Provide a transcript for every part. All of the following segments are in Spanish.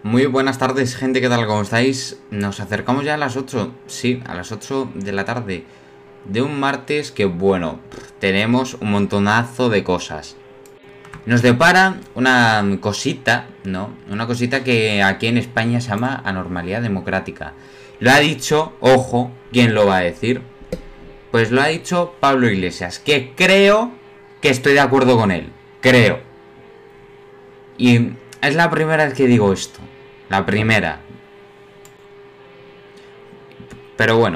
Muy buenas tardes, gente, ¿qué tal? ¿Cómo estáis? Nos acercamos ya a las 8, sí, a las 8 de la tarde de un martes que, bueno, tenemos un montonazo de cosas. Nos depara una cosita, ¿no? Una cosita que aquí en España se llama anormalidad democrática. Lo ha dicho, ojo, ¿quién lo va a decir? Pues lo ha dicho Pablo Iglesias, que creo que estoy de acuerdo con él, creo. Y es la primera vez que digo esto. La primera. Pero bueno.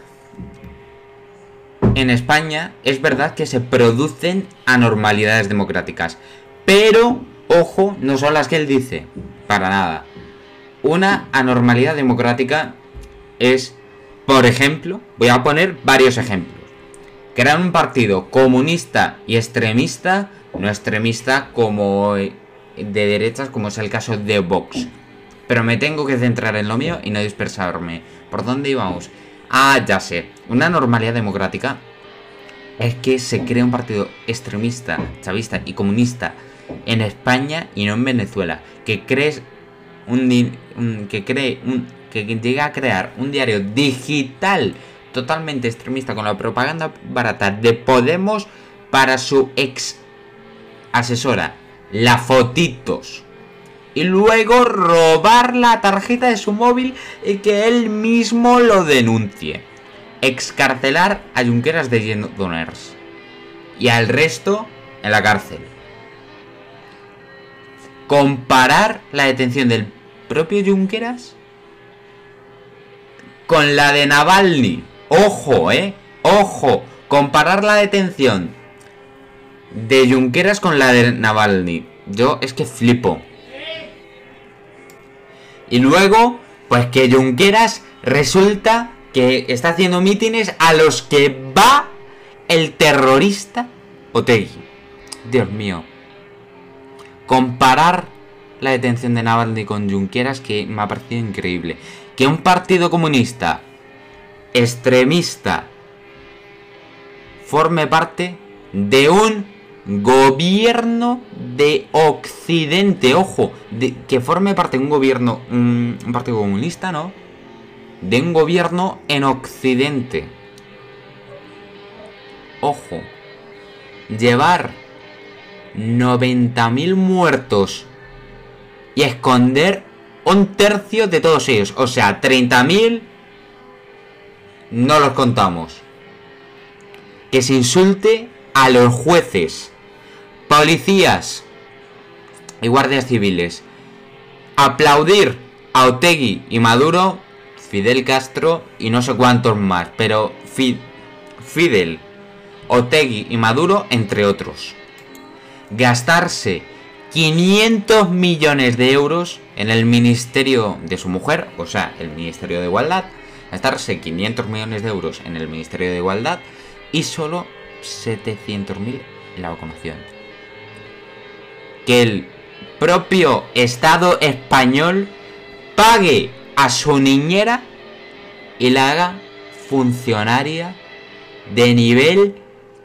En España es verdad que se producen anormalidades democráticas. Pero, ojo, no son las que él dice. Para nada. Una anormalidad democrática es, por ejemplo, voy a poner varios ejemplos. Crear un partido comunista y extremista, no extremista como de derechas, como es el caso de Vox. Pero me tengo que centrar en lo mío y no dispersarme. ¿Por dónde íbamos? Ah, ya sé. Una normalidad democrática es que se crea un partido extremista, chavista y comunista en España y no en Venezuela. Que llegue a crear un diario digital totalmente extremista con la propaganda barata de Podemos para su ex asesora, la Fotitos. Y luego robar la tarjeta de su móvil y que él mismo lo denuncie. Excarcelar a Junqueras de Lledoners. Y al resto en la cárcel. Comparar la detención del propio Junqueras con la de Navalny. Ojo, ojo. Comparar la detención de Junqueras con la de Navalny. Yo es que flipo. Y luego, pues que Junqueras resulta que está haciendo mítines a los que va el terrorista Otegi. Dios mío. Comparar la detención de Navalny con Junqueras, que me ha parecido increíble. Que un partido comunista extremista forme parte de un gobierno de Occidente, ojo, que forme parte de un gobierno, un partido comunista, ¿no? De un gobierno en Occidente. Ojo, llevar 90.000 muertos y esconder un tercio de todos ellos, o sea, 30.000 no los contamos. Que se insulte a los jueces, policías y guardias civiles. Aplaudir a Otegi y Maduro, Fidel Castro y no sé cuántos más. Pero Fidel, Otegi y Maduro, entre otros. Gastarse 500 millones de euros en el ministerio de su mujer, o sea, el Ministerio de Igualdad. Gastarse 500 millones de euros en el Ministerio de Igualdad y solo 700.000 en la vacunación. Que el propio Estado español pague a su niñera y la haga funcionaria de nivel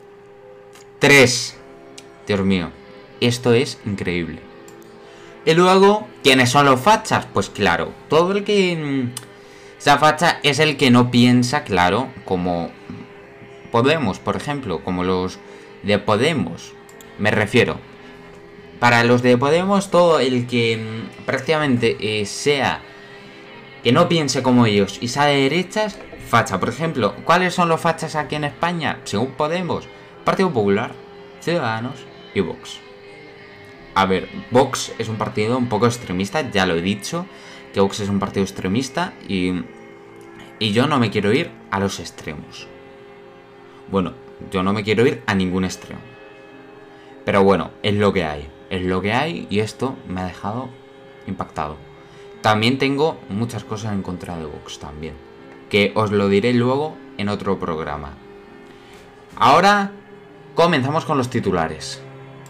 3. Dios mío, esto es increíble. Y luego, ¿quiénes son los fachas? Pues claro, todo el que sea facha es el que no piensa, claro, como Podemos, por ejemplo, como los de Podemos. Me refiero. Para los de Podemos, todo el que prácticamente sea que no piense como ellos y sea de derechas, facha. Por ejemplo, ¿cuáles son los fachas aquí en España? Según Podemos, Partido Popular, Ciudadanos y Vox. A ver, Vox es un partido un poco extremista, ya lo he dicho, que Vox es un partido extremista y yo no me quiero ir a los extremos. Bueno, yo no me quiero ir a ningún extremo. Pero bueno, es lo que hay. Es lo que hay y esto me ha dejado impactado. También tengo muchas cosas en contra de Vox también. Que os lo diré luego en otro programa. Ahora comenzamos con los titulares.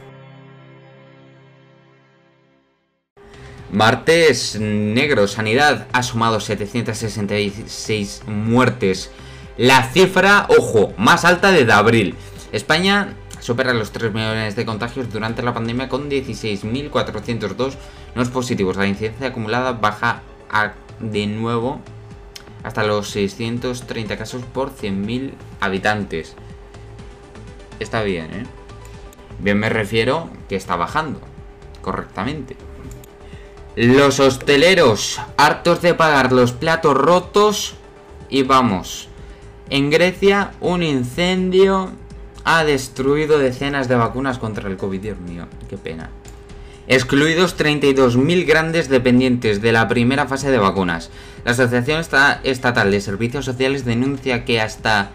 Martes negro. Sanidad ha sumado 766 muertes. La cifra, ojo, más alta desde abril. España supera los 3 millones de contagios durante la pandemia con 16.402 nuevos positivos. La incidencia acumulada baja de nuevo hasta los 630 casos por 100.000 habitantes. Está bien, ¿eh? Bien me refiero que está bajando correctamente. Los hosteleros hartos de pagar los platos rotos y vamos. En Grecia un incendio ha destruido decenas de vacunas contra el COVID. Dios mío, qué pena. Excluidos 32.000 grandes dependientes de la primera fase de vacunas. La Asociación Estatal de Servicios Sociales denuncia que hasta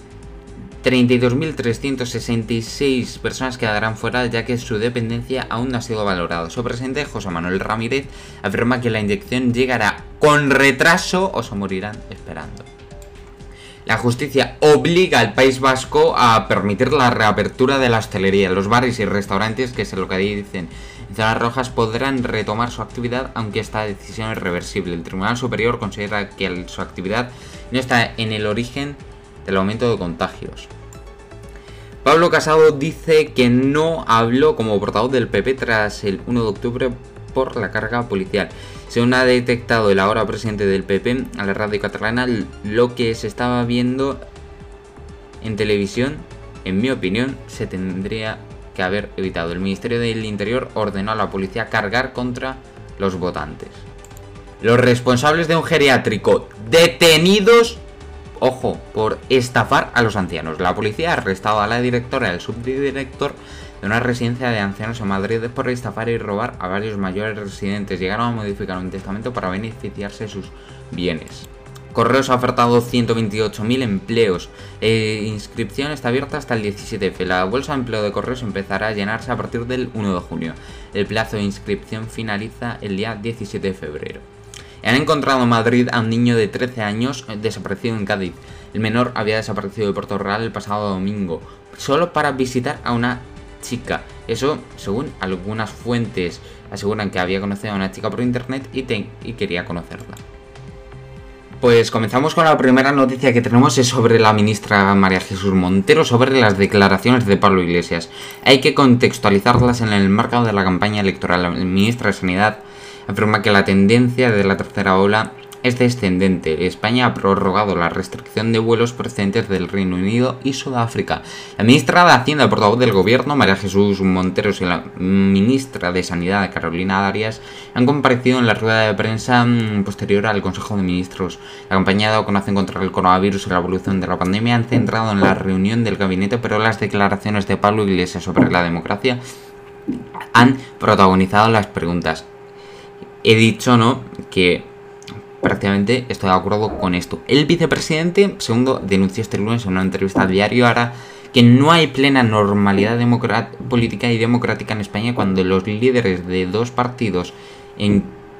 32.366 personas quedarán fuera ya que su dependencia aún no ha sido valorada. Su presidente, José Manuel Ramírez, afirma que la inyección llegará con retraso o se morirán esperando. La justicia obliga al País Vasco a permitir la reapertura de la hostelería. Los bares y restaurantes que se localicen en zonas rojas podrán retomar su actividad, aunque esta decisión es reversible. El Tribunal Superior considera que su actividad no está en el origen del aumento de contagios. Pablo Casado dice que no habló como portavoz del PP tras el 1 de octubre por la carga policial. Según ha detectado el ahora presidente del PP a la radio catalana, lo que se estaba viendo en televisión, en mi opinión, se tendría que haber evitado. El Ministerio del Interior ordenó a la policía cargar contra los votantes. Los responsables de un geriátrico detenidos, ojo, por estafar a los ancianos. La policía ha arrestado a la directora y al subdirector de una residencia de ancianos en Madrid por estafar y robar a varios mayores residentes. Llegaron a modificar un testamento para beneficiarse de sus bienes. Correos ha ofertado 128.000 empleos. Inscripción está abierta hasta el 17F. La bolsa de empleo de Correos empezará a llenarse a partir del 1 de junio. El plazo de inscripción finaliza el día 17 de febrero. Han encontrado en Madrid a un niño de 13 años desaparecido en Cádiz. El menor había desaparecido de Puerto Real el pasado domingo, solo para visitar a una chica. Eso, según algunas fuentes, aseguran que había conocido a una chica por internet y quería conocerla. Pues comenzamos con la primera noticia que tenemos, es sobre la ministra María Jesús Montero, sobre las declaraciones de Pablo Iglesias. Hay que contextualizarlas en el marco de la campaña electoral. La ministra de Sanidad afirma que la tendencia de la tercera ola es descendente. España ha prorrogado la restricción de vuelos procedentes del Reino Unido y Sudáfrica. La ministra de Hacienda, portavoz del Gobierno, María Jesús Montero, y la ministra de Sanidad, Carolina Darias, han comparecido en la rueda de prensa posterior al Consejo de Ministros. La campaña de vacunación contra el coronavirus y la evolución de la pandemia han centrado en la reunión del gabinete, pero las declaraciones de Pablo Iglesias sobre la democracia han protagonizado las preguntas. He dicho, ¿no?, que prácticamente estoy de acuerdo con esto. El vicepresidente segundo denunció este lunes en una entrevista al diario Ara que no hay plena normalidad política y democrática en España cuando los líderes de los dos partidos que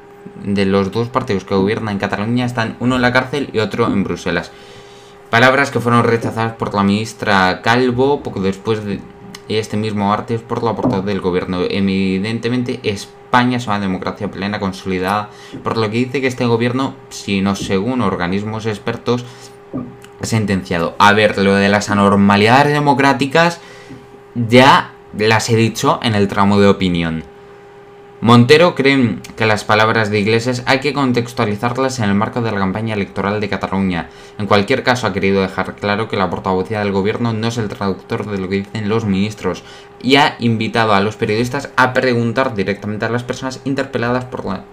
gobiernan en Cataluña están uno en la cárcel y otro en Bruselas. Palabras que fueron rechazadas por la ministra Calvo poco después de este mismo martes por la portavoz del gobierno. Evidentemente España es una democracia plena consolidada, por lo que dice que este gobierno, si no según organismos expertos, ha sentenciado. A ver, lo de las anormalidades democráticas ya las he dicho en el tramo de opinión. Montero cree que las palabras de Iglesias hay que contextualizarlas en el marco de la campaña electoral de Cataluña. En cualquier caso, ha querido dejar claro que la portavocía del gobierno no es el traductor de lo que dicen los ministros y ha invitado a los periodistas a preguntar directamente a las personas interpeladas por la...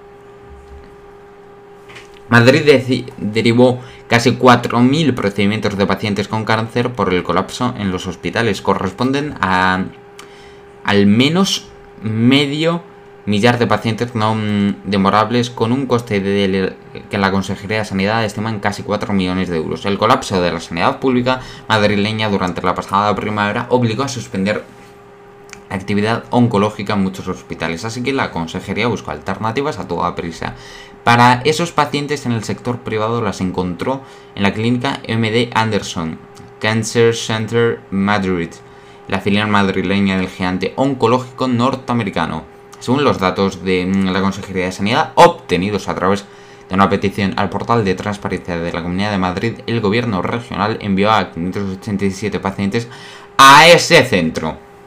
Madrid derivó casi 4.000 procedimientos de pacientes con cáncer por el colapso en los hospitales. Corresponden a al menos medio millar de pacientes no demorables, con un coste que la Consejería de Sanidad estima en casi 4 millones de euros. El colapso de la sanidad pública madrileña durante la pasada primavera obligó a suspender actividad oncológica en muchos hospitales, así que la Consejería buscó alternativas a toda prisa. Para esos pacientes en el sector privado las encontró en la clínica MD Anderson Cancer Center Madrid, la filial madrileña del gigante oncológico norteamericano. Según los datos de la Consejería de Sanidad obtenidos a través de una petición al portal de transparencia de la Comunidad de Madrid, el gobierno regional envió a 587 pacientes a ese centro.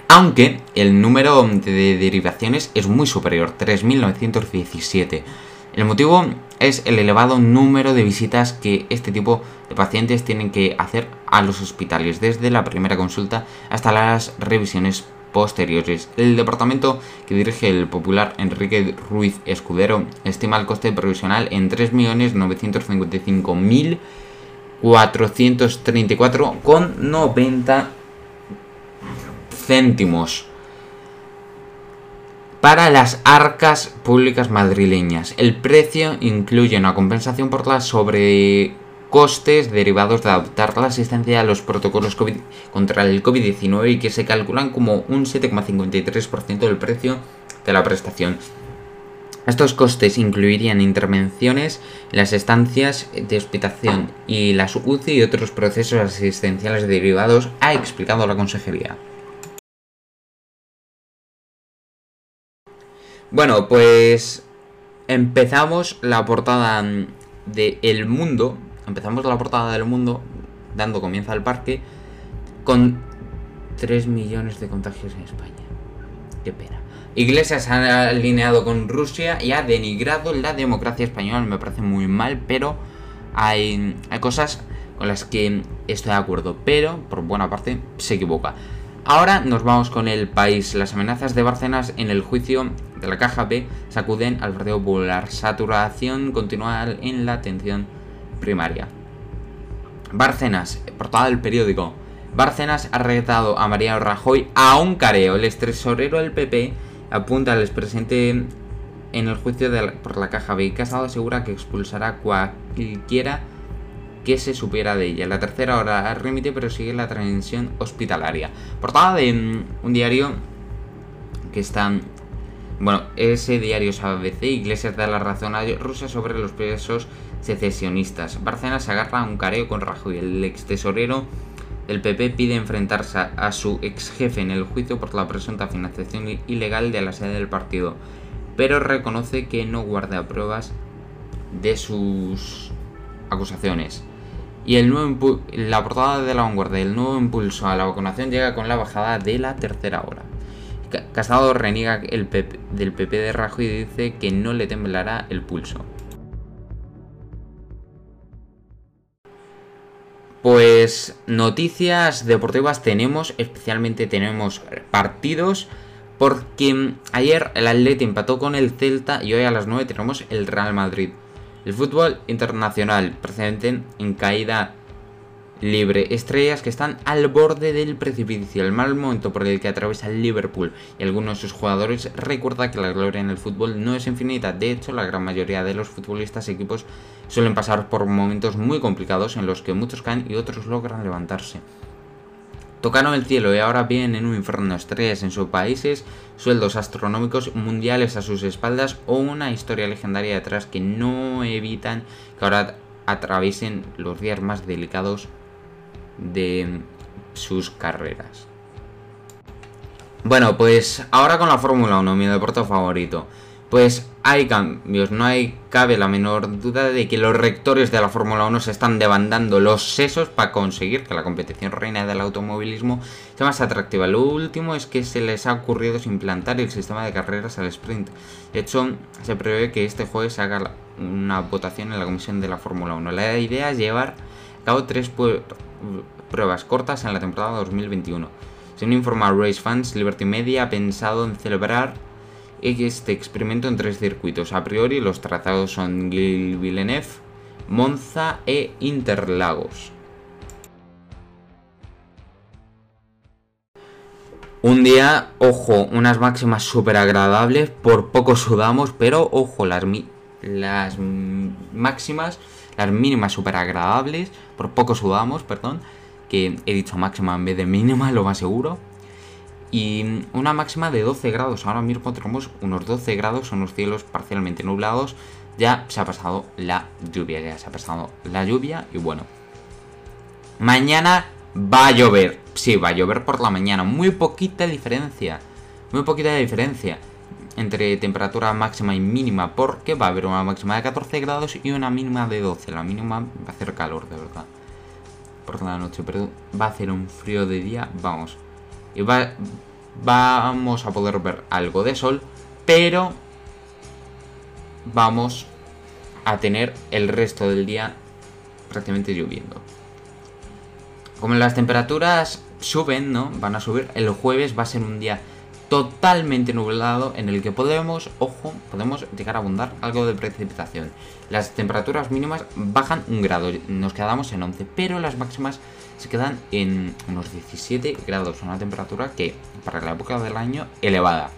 Aunque el número de derivaciones es muy superior, 3.917. El motivo es el elevado número de visitas que este tipo de pacientes tienen que hacer a los hospitales, desde la primera consulta hasta las revisiones posteriores. El departamento que dirige el popular Enrique Ruiz Escudero estima el coste provisional en 3.955.434,90 céntimos para las arcas públicas madrileñas. El precio incluye una compensación por las sobrecostes derivados de adoptar la asistencia a los protocolos COVID contra el COVID-19 y que se calculan como un 7,53% del precio de la prestación. Estos costes incluirían intervenciones en las estancias de hospitalización y las UCI y otros procesos asistenciales derivados, ha explicado la consejería. Bueno, pues empezamos la portada de El Mundo. Empezamos la portada del Mundo dando comienzo al parque con 3 millones de contagios en España. Qué pena. Iglesias se ha alineado con Rusia y ha denigrado la democracia española. Me parece muy mal, pero hay cosas con las que estoy de acuerdo, pero por buena parte se equivoca. Ahora nos vamos con El País. Las amenazas de Bárcenas en el juicio de la Caja B sacuden al Partido Popular. Saturación continúa en la atención primaria. Bárcenas, portada del periódico. Bárcenas ha retado a Mariano Rajoy a un careo. El extesorero del PP apunta al expresidente en el juicio por la Caja B. Casado asegura que expulsará a cualquiera que se supiera de ella. La tercera hora remite, pero sigue la transmisión hospitalaria. Portada de un diario que está... Bueno, ese diario es ABC. Iglesias da la razón a Rusia sobre los presos secesionistas. Bárcenas se agarra a un careo con Rajoy. El extesorero del PP pide enfrentarse a su ex jefe en el juicio por la presunta financiación ilegal de la sede del partido, pero reconoce que no guarda pruebas de sus acusaciones. Y la portada de La Vanguardia, el nuevo impulso a la vacunación llega con la bajada de la tercera hora. Casado reniega del PP de Rajoy y dice que no le temblará el pulso. Pues noticias deportivas tenemos, especialmente tenemos partidos, porque ayer el Atleti empató con el Celta y hoy a las 9 tenemos el Real Madrid. El fútbol internacional, precedente en caída libre. Estrellas que están al borde del precipicio. El mal momento por el que atraviesa el Liverpool y algunos de sus jugadores recuerda que la gloria en el fútbol no es infinita. De hecho, la gran mayoría de los futbolistas y equipos suelen pasar por momentos muy complicados en los que muchos caen y otros logran levantarse. Tocaron el cielo y ahora viven en un infierno. Estrellas en sus países, sueldos astronómicos mundiales a sus espaldas o una historia legendaria detrás que no evitan que ahora atraviesen los días más delicados de sus carreras. Bueno, pues ahora con la Fórmula 1, mi deporte favorito. Pues hay cambios, no cabe la menor duda de que los rectores de la Fórmula 1 se están devandando los sesos para conseguir que la competición reina del automovilismo sea más atractiva. Lo último es que se les ha ocurrido implantar el sistema de carreras al sprint. De hecho, se prevé que este jueves se haga una votación en la comisión de la Fórmula 1. La idea es llevar a cabo 3 pruebas cortas en la temporada 2021. Según informa Race Fans, Liberty Media ha pensado en celebrar este experimento en 3 circuitos. A priori los trazados son Villeneuve, Monza e Interlagos. Un día, ojo, unas máximas súper agradables, por poco sudamos, pero ojo, las máximas, las mínimas súper agradables, por poco sudamos, perdón, que he dicho máxima en vez de mínima, lo más seguro. Y una máxima de 12 grados. Ahora mismo tenemos unos 12 grados, unos cielos parcialmente nublados. Ya se ha pasado la lluvia, y bueno. Mañana va a llover. Sí, va a llover por la mañana. Muy poquita diferencia entre temperatura máxima y mínima, porque va a haber una máxima de 14 grados y una mínima de 12. La mínima va a hacer calor, de verdad, por la noche, pero va a hacer un frío de día, vamos. Y va vamos a poder ver algo de sol, pero vamos a tener el resto del día prácticamente lloviendo. Como las temperaturas suben, ¿no? Van a subir, el jueves va a ser un día totalmente nublado en el que podemos llegar a abundar algo de precipitación. Las temperaturas mínimas bajan 1 grado, nos quedamos en 11, pero las máximas se quedan en unos 17 grados, una temperatura que para la época del año elevada.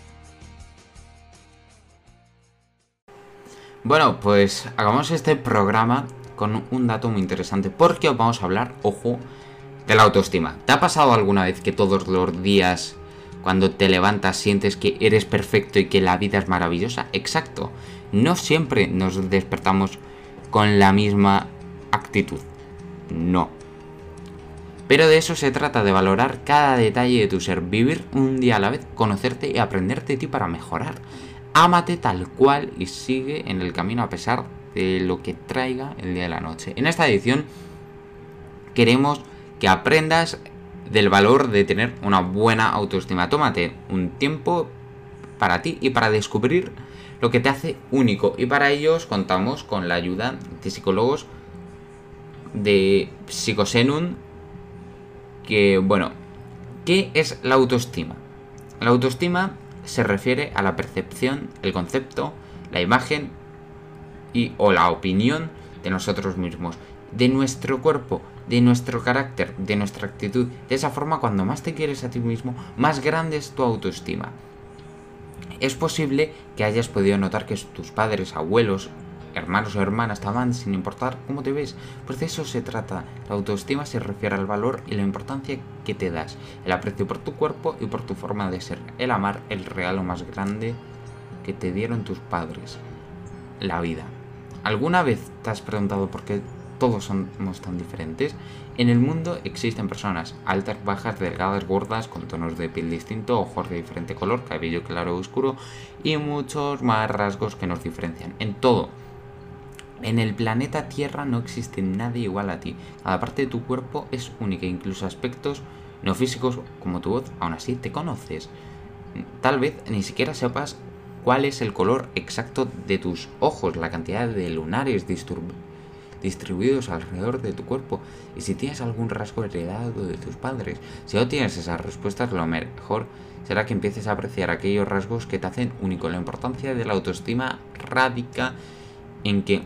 Bueno, pues hagamos este programa con un dato muy interesante, porque os vamos a hablar, ojo, de la autoestima. ¿Te ha pasado alguna vez que todos los días, cuando te levantas, sientes que eres perfecto y que la vida es maravillosa? Exacto. No siempre nos despertamos con la misma actitud. No. Pero de eso se trata, de valorar cada detalle de tu ser, vivir un día a la vez, conocerte y aprender de ti para mejorar. Ámate tal cual y sigue en el camino a pesar de lo que traiga el día de la noche. En esta edición queremos que aprendas del valor de tener una buena autoestima. Tómate un tiempo para ti y para descubrir lo que te hace único. Y para ello contamos con la ayuda de psicólogos de Psicosenun. Que, bueno, ¿qué es la autoestima? La autoestima se refiere a la percepción, el concepto, la imagen o la opinión de nosotros mismos, de nuestro cuerpo, de nuestro carácter, de nuestra actitud. De esa forma, cuando más te quieres a ti mismo, más grande es tu autoestima. Es posible que hayas podido notar que tus padres, abuelos, hermanos o hermanas te aman sin importar cómo te ves. Pues de eso se trata. La autoestima se refiere al valor y la importancia que te das, el aprecio por tu cuerpo y por tu forma de ser, el amar, el regalo más grande que te dieron tus padres, la vida. ¿Alguna vez te has preguntado por qué todos somos tan diferentes? En el mundo existen personas altas, bajas, delgadas, gordas, con tonos de piel distintos, ojos de diferente color, cabello claro o oscuro y muchos más rasgos que nos diferencian. En todo. En el planeta Tierra no existe nadie igual a ti. Cada parte de tu cuerpo es única, incluso aspectos no físicos como tu voz. Aún así te conoces. Tal vez ni siquiera sepas cuál es el color exacto de tus ojos, la cantidad de lunares distribuidos alrededor de tu cuerpo y si tienes algún rasgo heredado de tus padres. Si no tienes esas respuestas, lo mejor será que empieces a apreciar aquellos rasgos que te hacen único. La importancia de la autoestima radica en que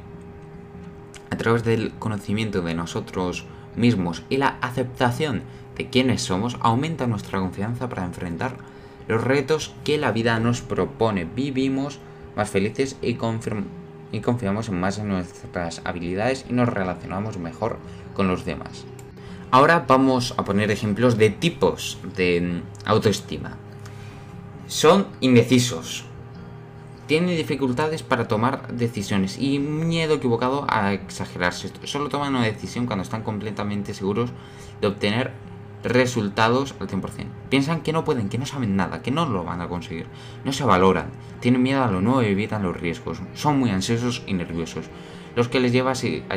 a través del conocimiento de nosotros mismos y la aceptación de quiénes somos, aumenta nuestra confianza para enfrentar los retos que la vida nos propone. Vivimos más felices y confiamos más en nuestras habilidades y nos relacionamos mejor con los demás. Ahora vamos a poner ejemplos de tipos de autoestima. Son indecisos. Tienen dificultades para tomar decisiones y miedo equivocado a exagerarse. Solo toman una decisión cuando están completamente seguros de obtener resultados al 100%. Piensan que no pueden, que no saben nada, que no lo van a conseguir. No se valoran, tienen miedo a lo nuevo y evitan los riesgos. Son muy ansiosos y nerviosos, los que les lleva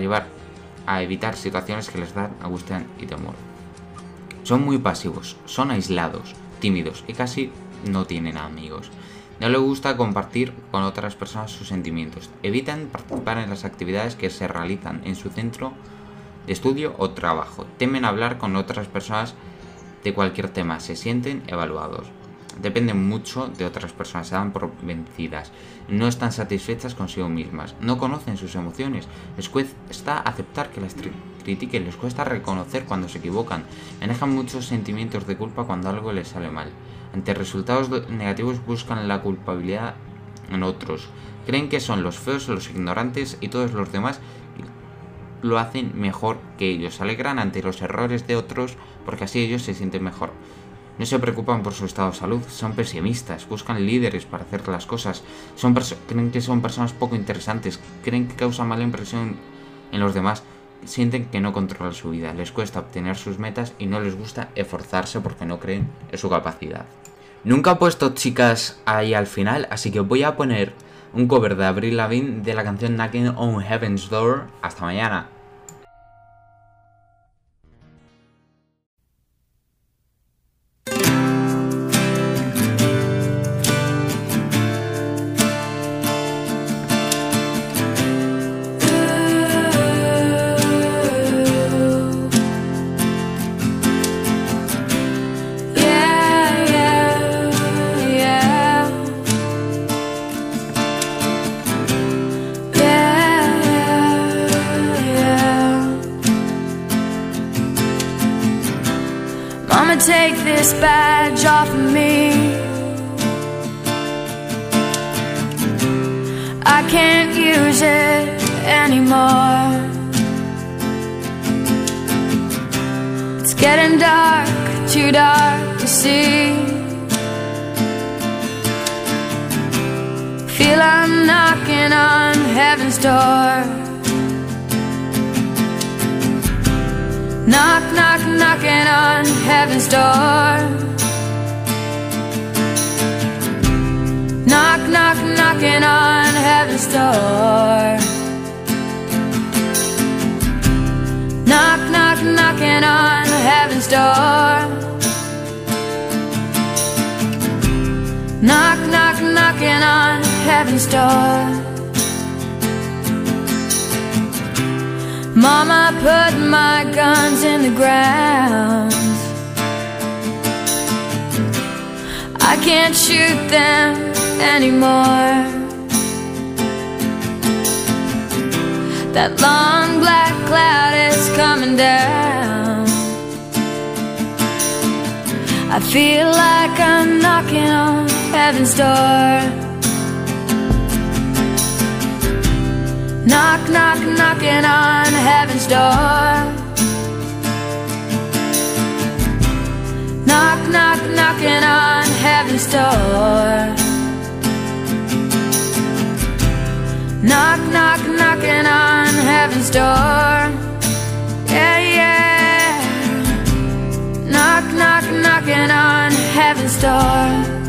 a evitar situaciones que les dan angustia y temor. Son muy pasivos, son aislados, tímidos y casi no tienen amigos. No les gusta compartir con otras personas sus sentimientos. Evitan participar en las actividades que se realizan en su centro de estudio o trabajo. Temen hablar con otras personas de cualquier tema. Se sienten evaluados. Dependen mucho de otras personas. Se dan por vencidas. No están satisfechas consigo mismas. No conocen sus emociones. Les cuesta aceptar que las critiquen. Les cuesta reconocer cuando se equivocan. Manejan muchos sentimientos de culpa cuando algo les sale mal. Ante resultados negativos buscan la culpabilidad en otros. Creen que son los feos, los ignorantes y todos los demás lo hacen mejor que ellos. Se alegran ante los errores de otros porque así ellos se sienten mejor. No se preocupan por su estado de salud, son pesimistas, buscan líderes para hacer las cosas, creen que son personas poco interesantes, creen que causan mala impresión en los demás, sienten que no controlan su vida, les cuesta obtener sus metas y no les gusta esforzarse porque no creen en su capacidad. Nunca he puesto chicas ahí al final, así que voy a poner un cover de Avril Lavigne de la canción Knocking on Heaven's Door. Hasta mañana. take this badge off of me. I can't use it anymore. It's getting dark, too dark to see. Feel I'm knocking on heaven's door. Knock, knock, knocking on heaven's door. Knock, knock, knocking on heaven's door. Knock, knock, knocking on heaven's door. Knock, knock, knocking on heaven's door. Mama put my guns in the ground. I can't shoot them anymore. That long black cloud is coming down. I feel like I'm knocking on heaven's door. Knock, knock, knocking on heaven's door. Knock, knock, knocking on heaven's door. Knock, knock, knocking on heaven's door. Yeah, yeah. Knock, knock, knocking on heaven's door.